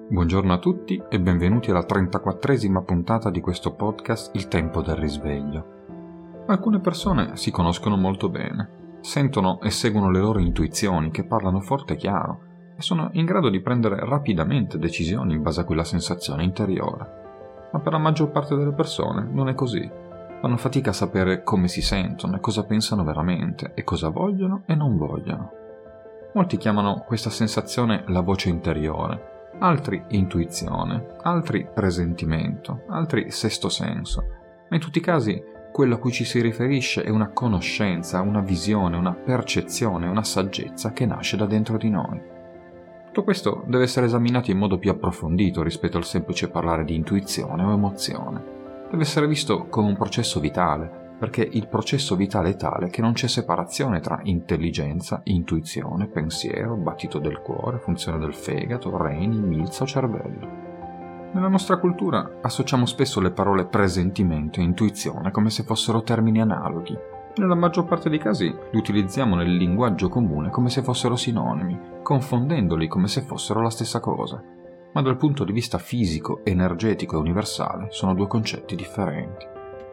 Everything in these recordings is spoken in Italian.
Buongiorno a tutti e benvenuti alla 34esima puntata di questo podcast Il tempo del risveglio. Alcune persone si conoscono molto bene, sentono e seguono le loro intuizioni che parlano forte e chiaro e sono in grado di prendere rapidamente decisioni in base a quella sensazione interiore. Ma per la maggior parte delle persone non è così. Fanno fatica a sapere come si sentono e cosa pensano veramente e cosa vogliono e non vogliono. Molti chiamano questa sensazione la voce interiore, altri intuizione, altri presentimento, altri sesto senso, ma in tutti i casi quello a cui ci si riferisce è una conoscenza, una visione, una percezione, una saggezza che nasce da dentro di noi. Tutto questo deve essere esaminato in modo più approfondito rispetto al semplice parlare di intuizione o emozione. Deve essere visto come un processo vitale, perché il processo vitale è tale che non c'è separazione tra intelligenza, intuizione, pensiero, battito del cuore, funzione del fegato, reni, milza o cervello. Nella nostra cultura associamo spesso le parole presentimento e intuizione come se fossero termini analoghi. Nella maggior parte dei casi li utilizziamo nel linguaggio comune come se fossero sinonimi, confondendoli come se fossero la stessa cosa. Ma dal punto di vista fisico, energetico e universale sono due concetti differenti.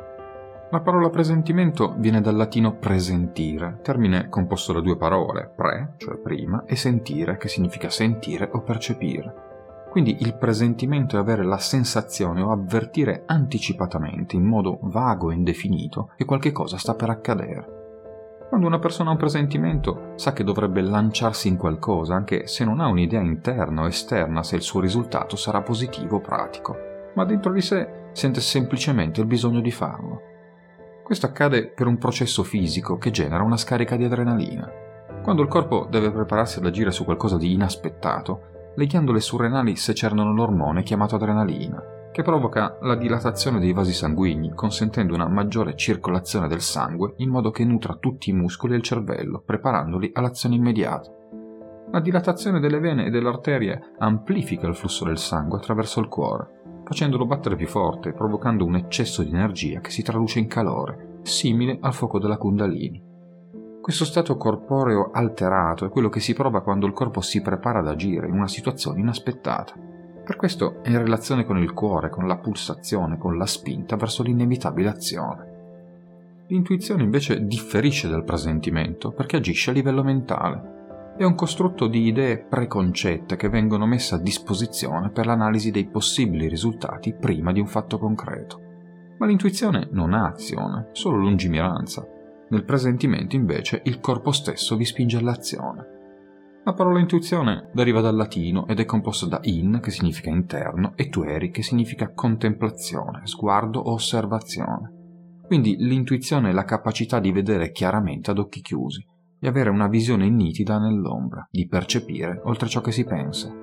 La parola presentimento viene dal latino presentire, termine composto da due parole, pre, cioè prima, e sentire, che significa sentire o percepire. Quindi il presentimento è avere la sensazione o avvertire anticipatamente, in modo vago e indefinito, che qualche cosa sta per accadere. Quando una persona ha un presentimento, sa che dovrebbe lanciarsi in qualcosa, anche se non ha un'idea interna o esterna se il suo risultato sarà positivo o pratico, ma dentro di sé sente semplicemente il bisogno di farlo. Questo accade per un processo fisico che genera una scarica di adrenalina. Quando il corpo deve prepararsi ad agire su qualcosa di inaspettato, le ghiandole surrenali secernano l'ormone chiamato adrenalina, che provoca la dilatazione dei vasi sanguigni, consentendo una maggiore circolazione del sangue in modo che nutra tutti i muscoli e il cervello, preparandoli all'azione immediata. La dilatazione delle vene e delle arterie amplifica il flusso del sangue attraverso il cuore, facendolo battere più forte e provocando un eccesso di energia che si traduce in calore, simile al fuoco della Kundalini. Questo stato corporeo alterato è quello che si prova quando il corpo si prepara ad agire in una situazione inaspettata. Per questo è in relazione con il cuore, con la pulsazione, con la spinta verso l'inevitabile azione. L'intuizione invece differisce dal presentimento perché agisce a livello mentale. È un costrutto di idee preconcette che vengono messe a disposizione per l'analisi dei possibili risultati prima di un fatto concreto. Ma l'intuizione non ha azione, solo lungimiranza. Nel presentimento, invece, il corpo stesso vi spinge all'azione. La parola intuizione deriva dal latino ed è composta da in, che significa interno, e tueri, che significa contemplazione, sguardo o osservazione. Quindi l'intuizione è la capacità di vedere chiaramente ad occhi chiusi, di avere una visione nitida nell'ombra, di percepire oltre ciò che si pensa.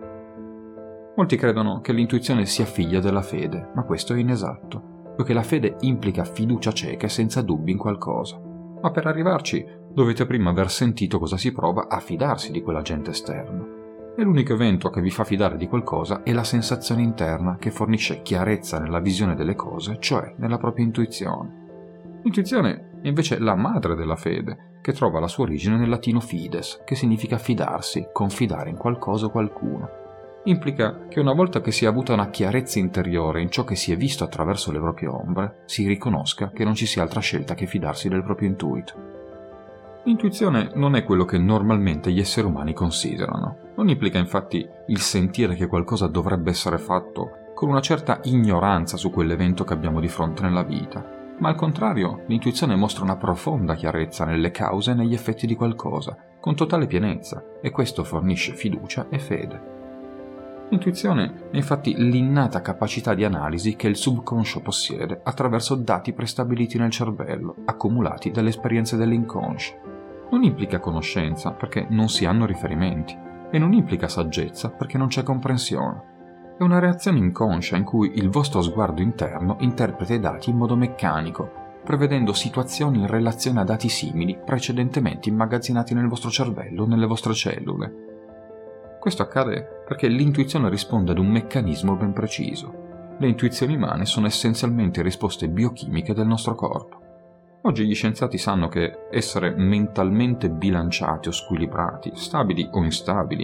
Molti credono che l'intuizione sia figlia della fede, ma questo è inesatto, poiché la fede implica fiducia cieca e senza dubbi in qualcosa. Ma per arrivarci dovete prima aver sentito cosa si prova a fidarsi di quell'agente esterno. E l'unico evento che vi fa fidare di qualcosa è la sensazione interna che fornisce chiarezza nella visione delle cose, cioè nella propria intuizione. L'intuizione è invece la madre della fede, che trova la sua origine nel latino fides, che significa fidarsi, confidare in qualcosa o qualcuno. Implica che una volta che si è avuta una chiarezza interiore in ciò che si è visto attraverso le proprie ombre, si riconosca che non ci sia altra scelta che fidarsi del proprio intuito. L'intuizione non è quello che normalmente gli esseri umani considerano. Non implica infatti il sentire che qualcosa dovrebbe essere fatto con una certa ignoranza su quell'evento che abbiamo di fronte nella vita. Ma al contrario, l'intuizione mostra una profonda chiarezza nelle cause e negli effetti di qualcosa, con totale pienezza, e questo fornisce fiducia e fede. L'intuizione è infatti l'innata capacità di analisi che il subconscio possiede attraverso dati prestabiliti nel cervello, accumulati dalle esperienze dell'inconscio. Non implica conoscenza, perché non si hanno riferimenti, e non implica saggezza, perché non c'è comprensione. È una reazione inconscia in cui il vostro sguardo interno interpreta i dati in modo meccanico, prevedendo situazioni in relazione a dati simili precedentemente immagazzinati nel vostro cervello o nelle vostre cellule. Questo accade perché l'intuizione risponde ad un meccanismo ben preciso. Le intuizioni umane sono essenzialmente risposte biochimiche del nostro corpo. Oggi gli scienziati sanno che essere mentalmente bilanciati o squilibrati, stabili o instabili,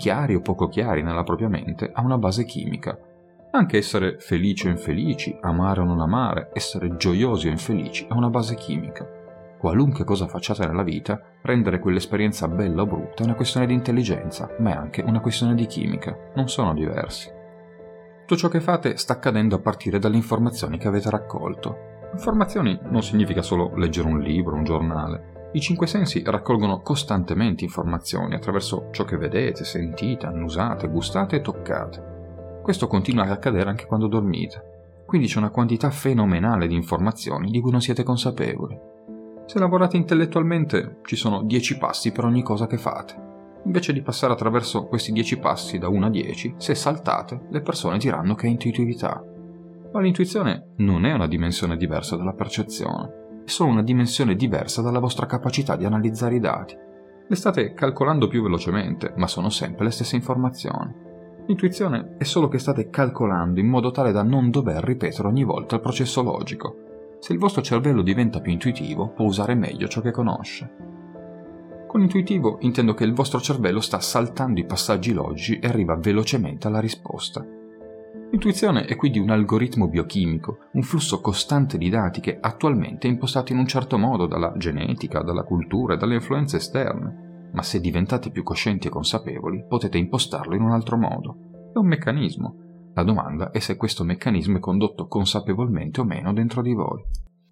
chiari o poco chiari nella propria mente, ha una base chimica. Anche essere felici o infelici, amare o non amare, essere gioiosi o infelici ha una base chimica. Qualunque cosa facciate nella vita, rendere quell'esperienza bella o brutta è una questione di intelligenza, ma è anche una questione di chimica, non sono diversi. Tutto ciò che fate sta accadendo a partire dalle informazioni che avete raccolto. Informazioni non significa solo leggere un libro, un giornale. I 5 sensi raccolgono costantemente informazioni attraverso ciò che vedete, sentite, annusate, gustate e toccate. Questo continua ad accadere anche quando dormite. Quindi c'è una quantità fenomenale di informazioni di cui non siete consapevoli. Se lavorate intellettualmente, ci sono 10 passi per ogni cosa che fate. Invece di passare attraverso questi 10 passi da 1 a 10, se saltate, le persone diranno che è intuitività. Ma l'intuizione non è una dimensione diversa dalla percezione, è solo una dimensione diversa dalla vostra capacità di analizzare i dati. Le state calcolando più velocemente, ma sono sempre le stesse informazioni. L'intuizione è solo che state calcolando in modo tale da non dover ripetere ogni volta il processo logico. Se il vostro cervello diventa più intuitivo, può usare meglio ciò che conosce. Con intuitivo intendo che il vostro cervello sta saltando i passaggi logici e arriva velocemente alla risposta. L'intuizione è quindi un algoritmo biochimico, un flusso costante di dati che attualmente è impostato in un certo modo dalla genetica, dalla cultura e dalle influenze esterne. Ma se diventate più coscienti e consapevoli, potete impostarlo in un altro modo. È un meccanismo. La domanda è se questo meccanismo è condotto consapevolmente o meno dentro di voi.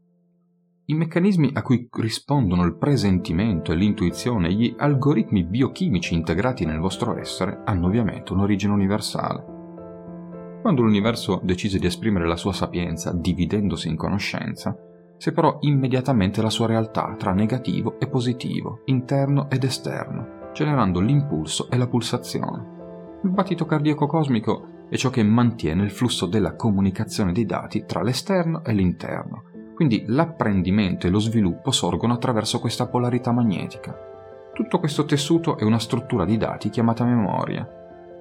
I meccanismi a cui rispondono il presentimento e l'intuizione e gli algoritmi biochimici integrati nel vostro essere hanno ovviamente un'origine universale. Quando l'universo decise di esprimere la sua sapienza dividendosi in conoscenza, separò immediatamente la sua realtà tra negativo e positivo, interno ed esterno, generando l'impulso e la pulsazione. Il battito cardiaco cosmico è ciò che mantiene il flusso della comunicazione dei dati tra l'esterno e l'interno, quindi l'apprendimento e lo sviluppo sorgono attraverso questa polarità magnetica. Tutto questo tessuto è una struttura di dati chiamata memoria.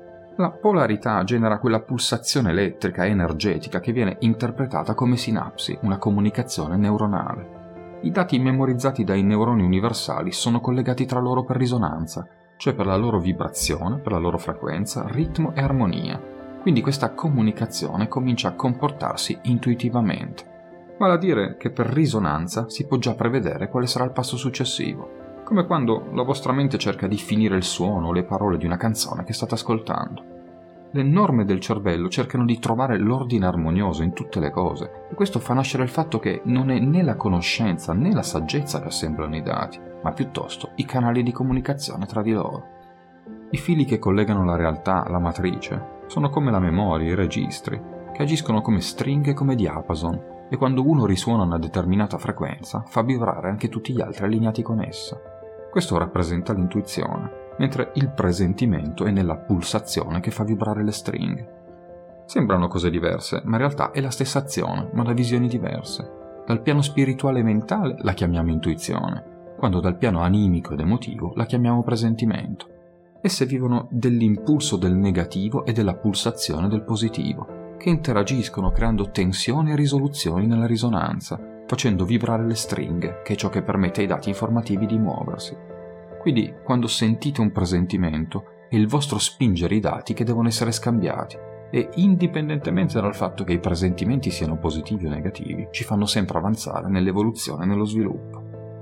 La polarità genera quella pulsazione elettrica e energetica che viene interpretata come sinapsi, una comunicazione neuronale. I dati memorizzati dai neuroni universali sono collegati tra loro per risonanza, cioè per la loro vibrazione, per la loro frequenza, ritmo e armonia. Quindi questa comunicazione comincia a comportarsi intuitivamente. Vale a dire che per risonanza si può già prevedere quale sarà il passo successivo. Come quando la vostra mente cerca di finire il suono o le parole di una canzone che state ascoltando. Le norme del cervello cercano di trovare l'ordine armonioso in tutte le cose, e questo fa nascere il fatto che non è né la conoscenza né la saggezza che assemblano i dati, ma piuttosto i canali di comunicazione tra di loro. I fili che collegano la realtà alla matrice sono come la memoria, i registri, che agiscono come stringhe e come diapason, e quando uno risuona una determinata frequenza fa vibrare anche tutti gli altri allineati con essa. Questo rappresenta l'intuizione, mentre il presentimento è nella pulsazione che fa vibrare le stringhe. Sembrano cose diverse, ma in realtà è la stessa azione, ma da visioni diverse. Dal piano spirituale e mentale la chiamiamo intuizione, quando dal piano animico ed emotivo la chiamiamo presentimento. Esse vivono dell'impulso del negativo e della pulsazione del positivo, che interagiscono creando tensioni e risoluzioni nella risonanza, facendo vibrare le stringhe, che è ciò che permette ai dati informativi di muoversi. Quindi, quando sentite un presentimento, è il vostro spingere i dati che devono essere scambiati, e indipendentemente dal fatto che i presentimenti siano positivi o negativi, ci fanno sempre avanzare nell'evoluzione e nello sviluppo.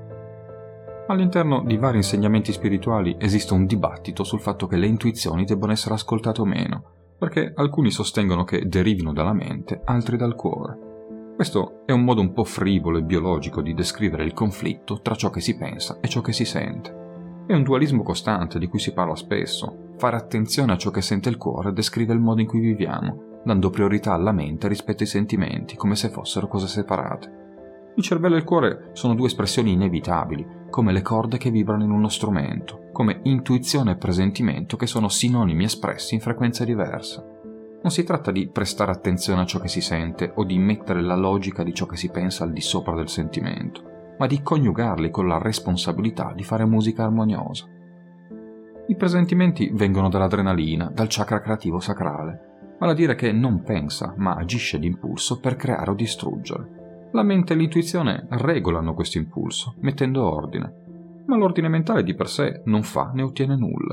All'interno di vari insegnamenti spirituali esiste un dibattito sul fatto che le intuizioni debbano essere ascoltate o meno, perché alcuni sostengono che derivino dalla mente, altri dal cuore. Questo è un modo un po' frivolo e biologico di descrivere il conflitto tra ciò che si pensa e ciò che si sente. È un dualismo costante di cui si parla spesso. Fare attenzione a ciò che sente il cuore descrive il modo in cui viviamo, dando priorità alla mente rispetto ai sentimenti, come se fossero cose separate. Il cervello e il cuore sono due espressioni inevitabili, come le corde che vibrano in uno strumento, come intuizione e presentimento che sono sinonimi espressi in frequenze diverse. Non si tratta di prestare attenzione a ciò che si sente o di mettere la logica di ciò che si pensa al di sopra del sentimento, ma di coniugarli con la responsabilità di fare musica armoniosa. I presentimenti vengono dall'adrenalina, dal chakra creativo sacrale, vale a dire che non pensa, ma agisce d'impulso per creare o distruggere. La mente e l'intuizione regolano questo impulso, mettendo ordine, ma l'ordine mentale di per sé non fa né ottiene nulla.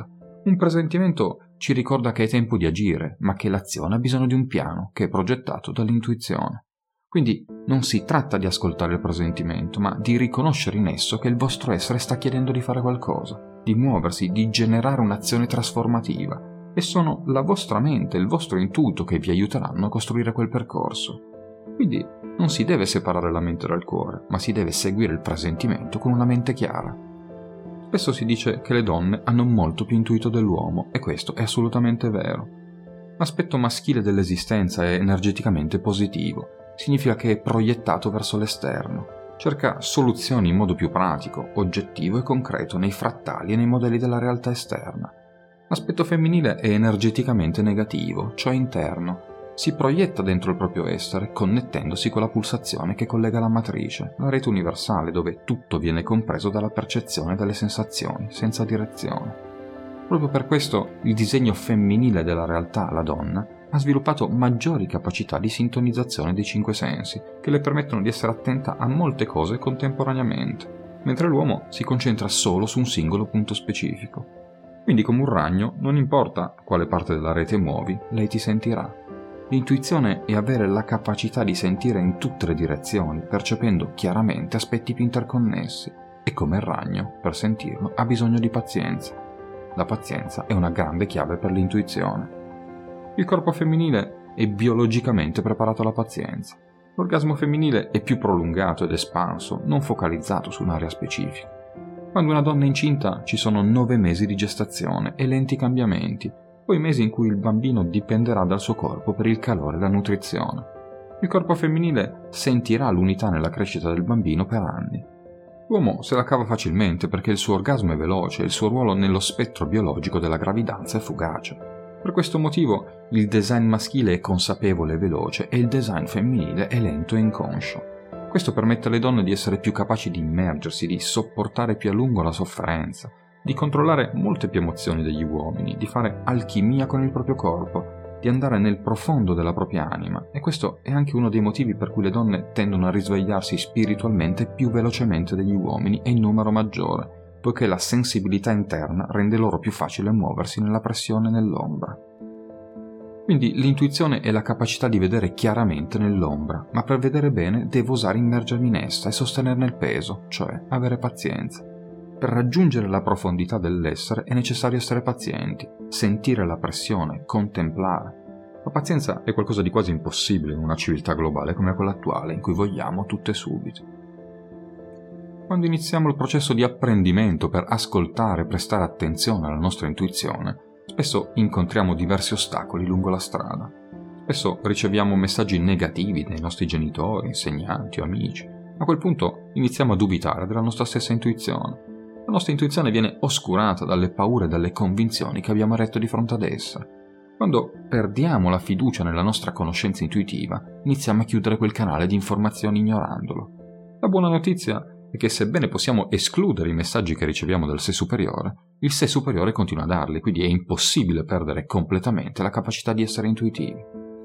Un presentimento ci ricorda che è tempo di agire, ma che l'azione ha bisogno di un piano che è progettato dall'intuizione. Quindi non si tratta di ascoltare il presentimento, ma di riconoscere in esso che il vostro essere sta chiedendo di fare qualcosa, di muoversi, di generare un'azione trasformativa. E sono la vostra mente, il vostro intuito che vi aiuteranno a costruire quel percorso. Quindi non si deve separare la mente dal cuore, ma si deve seguire il presentimento con una mente chiara. Spesso si dice che le donne hanno molto più intuito dell'uomo, e questo è assolutamente vero. L'aspetto maschile dell'esistenza è energeticamente positivo. Significa che è proiettato verso l'esterno, cerca soluzioni in modo più pratico, oggettivo e concreto nei frattali e nei modelli della realtà esterna. L'aspetto femminile è energeticamente negativo, cioè interno, si proietta dentro il proprio essere connettendosi con la pulsazione che collega la matrice, la rete universale dove tutto viene compreso dalla percezione delle sensazioni, senza direzione. Proprio per questo il disegno femminile della realtà, la donna, ha sviluppato maggiori capacità di sintonizzazione dei 5 sensi, che le permettono di essere attenta a molte cose contemporaneamente, mentre l'uomo si concentra solo su un singolo punto specifico. Quindi come un ragno, non importa quale parte della rete muovi, lei ti sentirà. L'intuizione è avere la capacità di sentire in tutte le direzioni, percependo chiaramente aspetti più interconnessi, e come il ragno, per sentirlo, ha bisogno di pazienza. La pazienza è una grande chiave per l'intuizione. Il corpo femminile è biologicamente preparato alla pazienza. L'orgasmo femminile è più prolungato ed espanso, non focalizzato su un'area specifica. Quando una donna è incinta ci sono 9 mesi di gestazione e lenti cambiamenti, poi mesi in cui il bambino dipenderà dal suo corpo per il calore e la nutrizione. Il corpo femminile sentirà l'unità nella crescita del bambino per anni. L'uomo se la cava facilmente perché il suo orgasmo è veloce e il suo ruolo nello spettro biologico della gravidanza è fugace. Per questo motivo il design maschile è consapevole e veloce e il design femminile è lento e inconscio. Questo permette alle donne di essere più capaci di immergersi, di sopportare più a lungo la sofferenza, di controllare molte più emozioni degli uomini, di fare alchimia con il proprio corpo, di andare nel profondo della propria anima, e questo è anche uno dei motivi per cui le donne tendono a risvegliarsi spiritualmente più velocemente degli uomini e in numero maggiore, poiché la sensibilità interna rende loro più facile muoversi nella pressione e nell'ombra. Quindi l'intuizione è la capacità di vedere chiaramente nell'ombra, ma per vedere bene devo osare immergermi in essa e sostenerne il peso, cioè avere pazienza. Per raggiungere la profondità dell'essere è necessario essere pazienti, sentire la pressione, contemplare. La pazienza è qualcosa di quasi impossibile in una civiltà globale come quella attuale, in cui vogliamo tutto e subito. Quando iniziamo il processo di apprendimento per ascoltare e prestare attenzione alla nostra intuizione, spesso incontriamo diversi ostacoli lungo la strada. Spesso riceviamo messaggi negativi dai nostri genitori, insegnanti o amici. A quel punto iniziamo a dubitare della nostra stessa intuizione. La nostra intuizione viene oscurata dalle paure e dalle convinzioni che abbiamo eretto di fronte ad essa. Quando perdiamo la fiducia nella nostra conoscenza intuitiva, iniziamo a chiudere quel canale di informazioni ignorandolo. La buona notizia è che sebbene possiamo escludere i messaggi che riceviamo dal sé superiore, il sé superiore continua a darli, quindi è impossibile perdere completamente la capacità di essere intuitivi.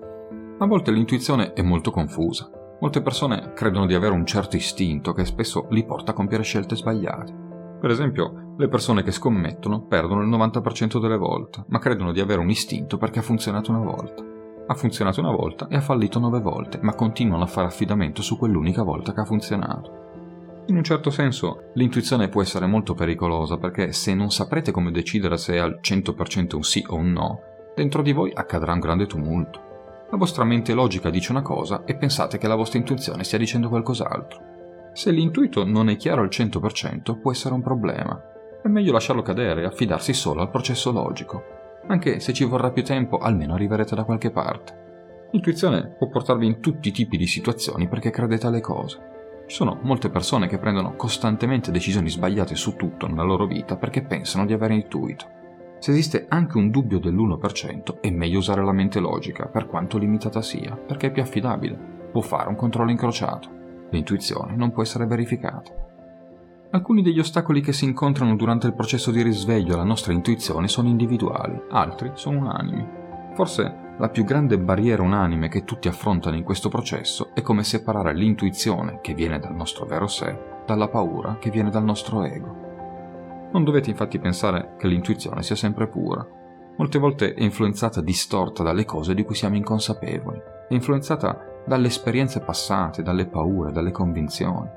A volte l'intuizione è molto confusa. Molte persone credono di avere un certo istinto che spesso li porta a compiere scelte sbagliate. Per esempio, le persone che scommettono perdono il 90% delle volte, ma credono di avere un istinto perché ha funzionato una volta. Ha funzionato una volta e ha fallito 9 volte, ma continuano a fare affidamento su quell'unica volta che ha funzionato. In un certo senso, l'intuizione può essere molto pericolosa perché se non saprete come decidere se è al 100% un sì o un no, dentro di voi accadrà un grande tumulto. La vostra mente logica dice una cosa e pensate che la vostra intuizione stia dicendo qualcos'altro. Se l'intuito non è chiaro al 100% può essere un problema. È meglio lasciarlo cadere e affidarsi solo al processo logico. Anche se ci vorrà più tempo, almeno arriverete da qualche parte. L'intuizione può portarvi in tutti i tipi di situazioni perché credete alle cose. Ci sono molte persone che prendono costantemente decisioni sbagliate su tutto nella loro vita perché pensano di avere intuito. Se esiste anche un dubbio dell'1%, è meglio usare la mente logica, per quanto limitata sia, perché è più affidabile, può fare un controllo incrociato. L'intuizione non può essere verificata. Alcuni degli ostacoli che si incontrano durante il processo di risveglio alla nostra intuizione sono individuali, altri sono unanimi. Forse la più grande barriera unanime che tutti affrontano in questo processo è come separare l'intuizione che viene dal nostro vero sé dalla paura che viene dal nostro ego. Non dovete infatti pensare che l'intuizione sia sempre pura. Molte volte è influenzata distorta dalle cose di cui siamo inconsapevoli, è influenzata dalle esperienze passate, dalle paure, dalle convinzioni.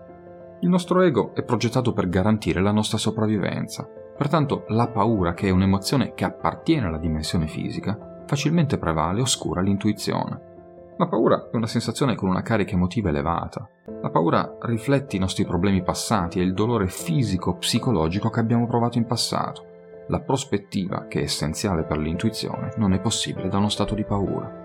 Il nostro ego è progettato per garantire la nostra sopravvivenza, pertanto la paura, che è un'emozione che appartiene alla dimensione fisica, facilmente prevale e oscura l'intuizione. La paura è una sensazione con una carica emotiva elevata. La paura riflette i nostri problemi passati e il dolore fisico-psicologico che abbiamo provato in passato. La prospettiva, che è essenziale per l'intuizione, non è possibile da uno stato di paura.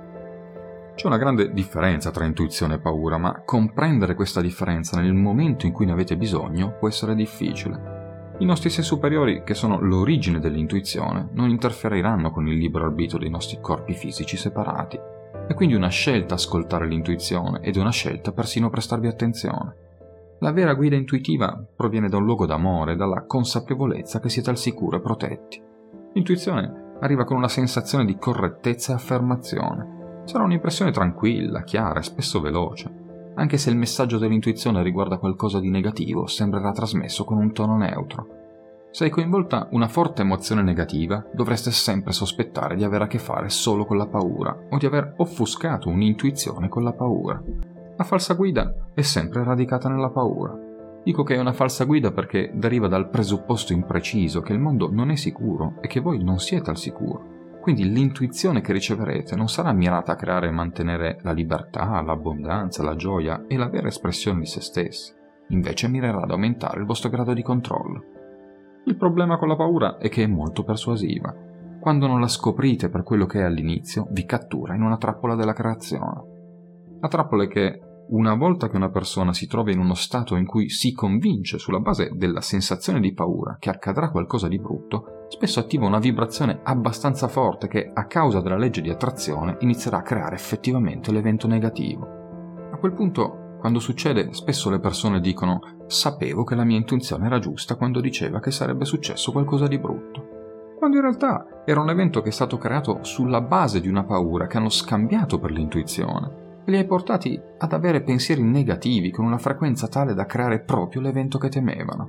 C'è una grande differenza tra intuizione e paura, ma comprendere questa differenza nel momento in cui ne avete bisogno può essere difficile. I nostri sé superiori, che sono l'origine dell'intuizione, non interferiranno con il libero arbitrio dei nostri corpi fisici separati. È quindi una scelta ascoltare l'intuizione ed è una scelta persino prestarvi attenzione. La vera guida intuitiva proviene da un luogo d'amore, dalla consapevolezza che siete al sicuro e protetti. L'intuizione arriva con una sensazione di correttezza e affermazione. Sarà un'impressione tranquilla, chiara e spesso veloce. Anche se il messaggio dell'intuizione riguarda qualcosa di negativo, sembrerà trasmesso con un tono neutro. Se è coinvolta una forte emozione negativa, dovreste sempre sospettare di avere a che fare solo con la paura o di aver offuscato un'intuizione con la paura. La falsa guida è sempre radicata nella paura. Dico che è una falsa guida perché deriva dal presupposto impreciso che il mondo non è sicuro e che voi non siete al sicuro. Quindi l'intuizione che riceverete non sarà mirata a creare e mantenere la libertà, l'abbondanza, la gioia e la vera espressione di se stessi. Invece mirerà ad aumentare il vostro grado di controllo. Il problema con la paura è che è molto persuasiva. Quando non la scoprite per quello che è all'inizio, vi cattura in una trappola della creazione. La trappola è che una volta che una persona si trova in uno stato in cui si convince sulla base della sensazione di paura che accadrà qualcosa di brutto, spesso attiva una vibrazione abbastanza forte che, a causa della legge di attrazione, inizierà a creare effettivamente l'evento negativo. A quel punto, quando succede, spesso le persone dicono «sapevo che la mia intuizione era giusta quando diceva che sarebbe successo qualcosa di brutto», quando in realtà era un evento che è stato creato sulla base di una paura che hanno scambiato per l'intuizione e li hai portati ad avere pensieri negativi con una frequenza tale da creare proprio l'evento che temevano.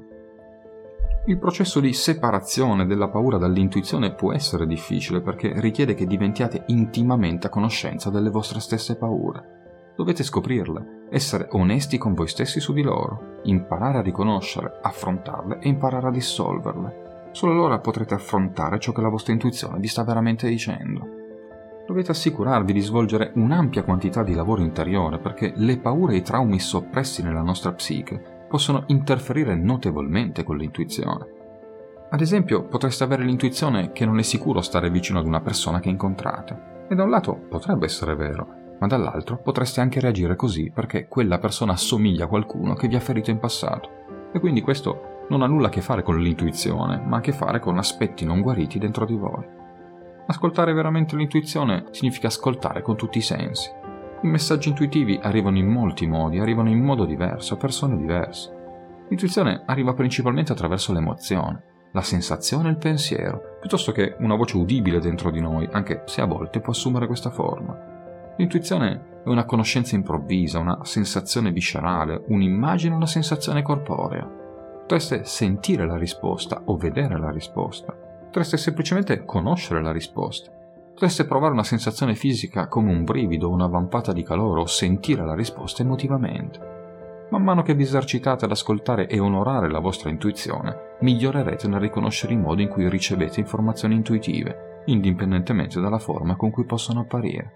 Il processo di separazione della paura dall'intuizione può essere difficile perché richiede che diventiate intimamente a conoscenza delle vostre stesse paure. Dovete scoprirle, essere onesti con voi stessi su di loro, imparare a riconoscere, affrontarle e imparare a dissolverle. Solo allora potrete affrontare ciò che la vostra intuizione vi sta veramente dicendo. Dovete assicurarvi di svolgere un'ampia quantità di lavoro interiore perché le paure e i traumi soppressi nella nostra psiche possono interferire notevolmente con l'intuizione. Ad esempio, potreste avere l'intuizione che non è sicuro stare vicino ad una persona che incontrate. E da un lato potrebbe essere vero, ma dall'altro potreste anche reagire così perché quella persona assomiglia a qualcuno che vi ha ferito in passato. E quindi questo non ha nulla a che fare con l'intuizione, ma a che fare con aspetti non guariti dentro di voi. Ascoltare veramente l'intuizione significa ascoltare con tutti i sensi. I messaggi intuitivi arrivano in molti modi, arrivano in modo diverso, a persone diverse. L'intuizione arriva principalmente attraverso l'emozione, la sensazione e il pensiero, piuttosto che una voce udibile dentro di noi, anche se a volte può assumere questa forma. L'intuizione è una conoscenza improvvisa, una sensazione viscerale, un'immagine, una sensazione corporea. Potreste sentire la risposta o vedere la risposta. Potreste semplicemente conoscere la risposta. Potreste provare una sensazione fisica come un brivido o una vampata di calore o sentire la risposta emotivamente. Man mano che vi esercitate ad ascoltare e onorare la vostra intuizione, migliorerete nel riconoscere i modi in cui ricevete informazioni intuitive, indipendentemente dalla forma con cui possono apparire.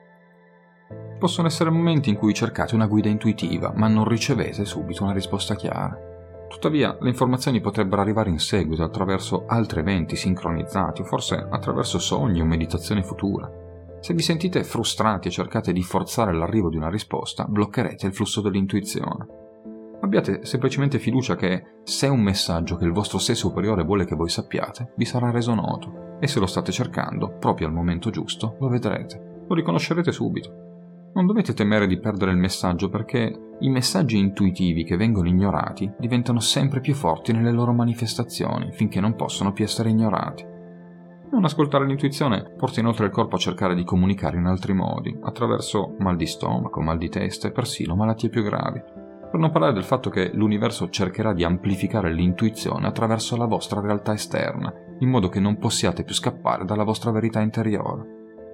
Possono essere momenti in cui cercate una guida intuitiva, ma non ricevete subito una risposta chiara. Tuttavia, le informazioni potrebbero arrivare in seguito attraverso altri eventi sincronizzati o forse attraverso sogni o meditazioni future. Se vi sentite frustrati e cercate di forzare l'arrivo di una risposta, bloccherete il flusso dell'intuizione. Abbiate semplicemente fiducia che, se è un messaggio che il vostro sé superiore vuole che voi sappiate, vi sarà reso noto, e se lo state cercando, proprio al momento giusto, lo vedrete, lo riconoscerete subito. Non dovete temere di perdere il messaggio perché i messaggi intuitivi che vengono ignorati diventano sempre più forti nelle loro manifestazioni finché non possono più essere ignorati. Non ascoltare l'intuizione porta inoltre il corpo a cercare di comunicare in altri modi, attraverso mal di stomaco, mal di testa e persino malattie più gravi. Per non parlare del fatto che l'universo cercherà di amplificare l'intuizione attraverso la vostra realtà esterna, in modo che non possiate più scappare dalla vostra verità interiore.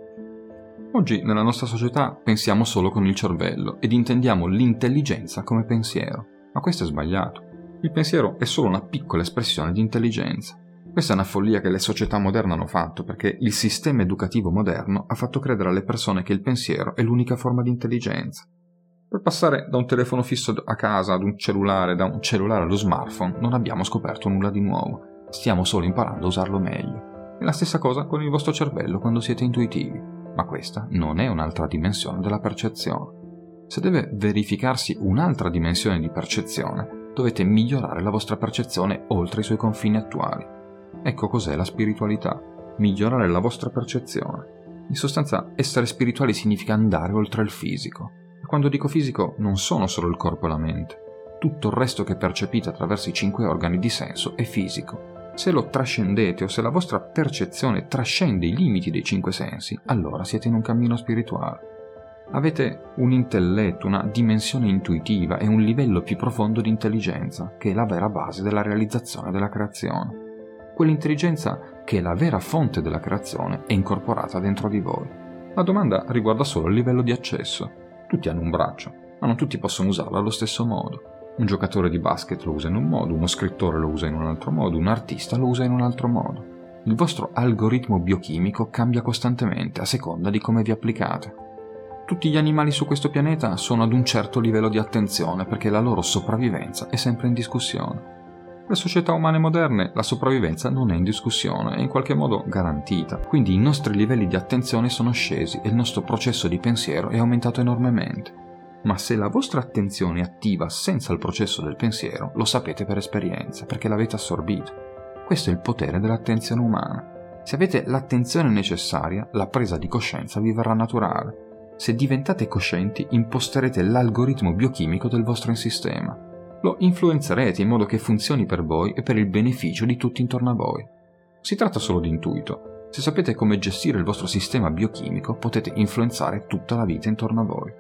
Oggi nella nostra società pensiamo solo con il cervello ed intendiamo l'intelligenza come pensiero, ma questo è sbagliato. Il pensiero è solo una piccola espressione di intelligenza. Questa è una follia che le società moderne hanno fatto, perché il sistema educativo moderno ha fatto credere alle persone che il pensiero è l'unica forma di intelligenza. Per passare da un telefono fisso a casa ad un cellulare, da un cellulare allo smartphone, non abbiamo scoperto nulla di nuovo. Stiamo solo imparando a usarlo meglio. È la stessa cosa con il vostro cervello quando siete intuitivi, ma questa non è un'altra dimensione della percezione. Se deve verificarsi un'altra dimensione di percezione, dovete migliorare la vostra percezione oltre i suoi confini attuali. Ecco cos'è la spiritualità: migliorare la vostra percezione. In sostanza, essere spirituali significa andare oltre il fisico. E quando dico fisico, non sono solo il corpo e la mente. Tutto il resto che percepite attraverso i 5 organi di senso è fisico. Se lo trascendete o se la vostra percezione trascende i limiti dei 5 sensi, allora siete in un cammino spirituale. Avete un intelletto, una dimensione intuitiva e un livello più profondo di intelligenza, che è la vera base della realizzazione della creazione. Quell'intelligenza che è la vera fonte della creazione è incorporata dentro di voi. La domanda riguarda solo il livello di accesso. Tutti hanno un braccio, ma non tutti possono usarlo allo stesso modo. Un giocatore di basket lo usa in un modo, uno scrittore lo usa in un altro modo, un artista lo usa in un altro modo. Il vostro algoritmo biochimico cambia costantemente a seconda di come vi applicate. Tutti gli animali su questo pianeta sono ad un certo livello di attenzione perché la loro sopravvivenza è sempre in discussione. Per società umane moderne la sopravvivenza non è in discussione, è in qualche modo garantita, quindi i nostri livelli di attenzione sono scesi e il nostro processo di pensiero è aumentato enormemente. Ma se la vostra attenzione è attiva senza il processo del pensiero, lo sapete per esperienza, perché l'avete assorbito. Questo è il potere dell'attenzione umana. Se avete l'attenzione necessaria, la presa di coscienza vi verrà naturale. Se diventate coscienti, imposterete l'algoritmo biochimico del vostro sistema. Lo influenzerete in modo che funzioni per voi e per il beneficio di tutti intorno a voi. Si tratta solo di intuito. Se sapete come gestire il vostro sistema biochimico, potete influenzare tutta la vita intorno a voi.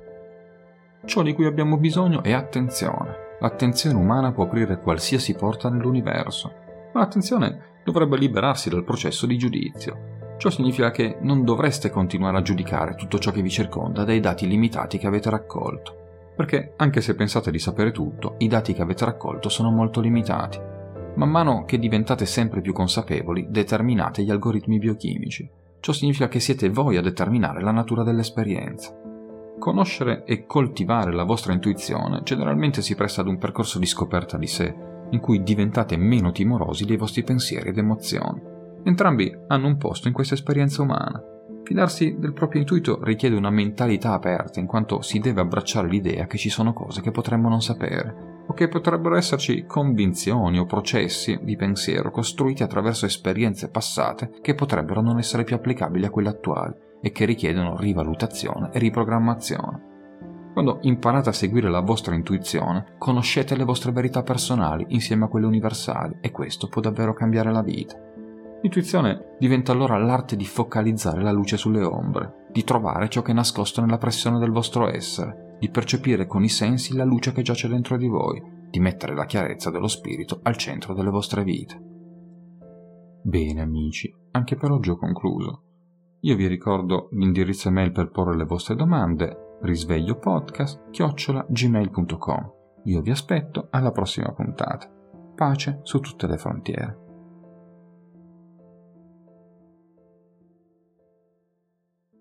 Ciò di cui abbiamo bisogno è attenzione. L'attenzione umana può aprire qualsiasi porta nell'universo, ma l'attenzione dovrebbe liberarsi dal processo di giudizio. Ciò significa che non dovreste continuare a giudicare tutto ciò che vi circonda dai dati limitati che avete raccolto. Perché, anche se pensate di sapere tutto, i dati che avete raccolto sono molto limitati. Man mano che diventate sempre più consapevoli, determinate gli algoritmi biochimici. Ciò significa che siete voi a determinare la natura dell'esperienza. Conoscere e coltivare la vostra intuizione generalmente si presta ad un percorso di scoperta di sé, in cui diventate meno timorosi dei vostri pensieri ed emozioni. Entrambi hanno un posto in questa esperienza umana. Fidarsi del proprio intuito richiede una mentalità aperta, in quanto si deve abbracciare l'idea che ci sono cose che potremmo non sapere, o che potrebbero esserci convinzioni o processi di pensiero costruiti attraverso esperienze passate che potrebbero non essere più applicabili a quelle attuali e che richiedono rivalutazione e riprogrammazione. Quando imparate a seguire la vostra intuizione, conoscete le vostre verità personali insieme a quelle universali e questo può davvero cambiare la vita. L'intuizione diventa allora l'arte di focalizzare la luce sulle ombre, di trovare ciò che è nascosto nella pressione del vostro essere, di percepire con i sensi la luce che giace dentro di voi, di mettere la chiarezza dello spirito al centro delle vostre vite. Bene amici, anche per oggi ho concluso. Io vi ricordo l'indirizzo email per porre le vostre domande, risvegliopodcast@gmail.com. Io vi aspetto alla prossima puntata. Pace su tutte le frontiere.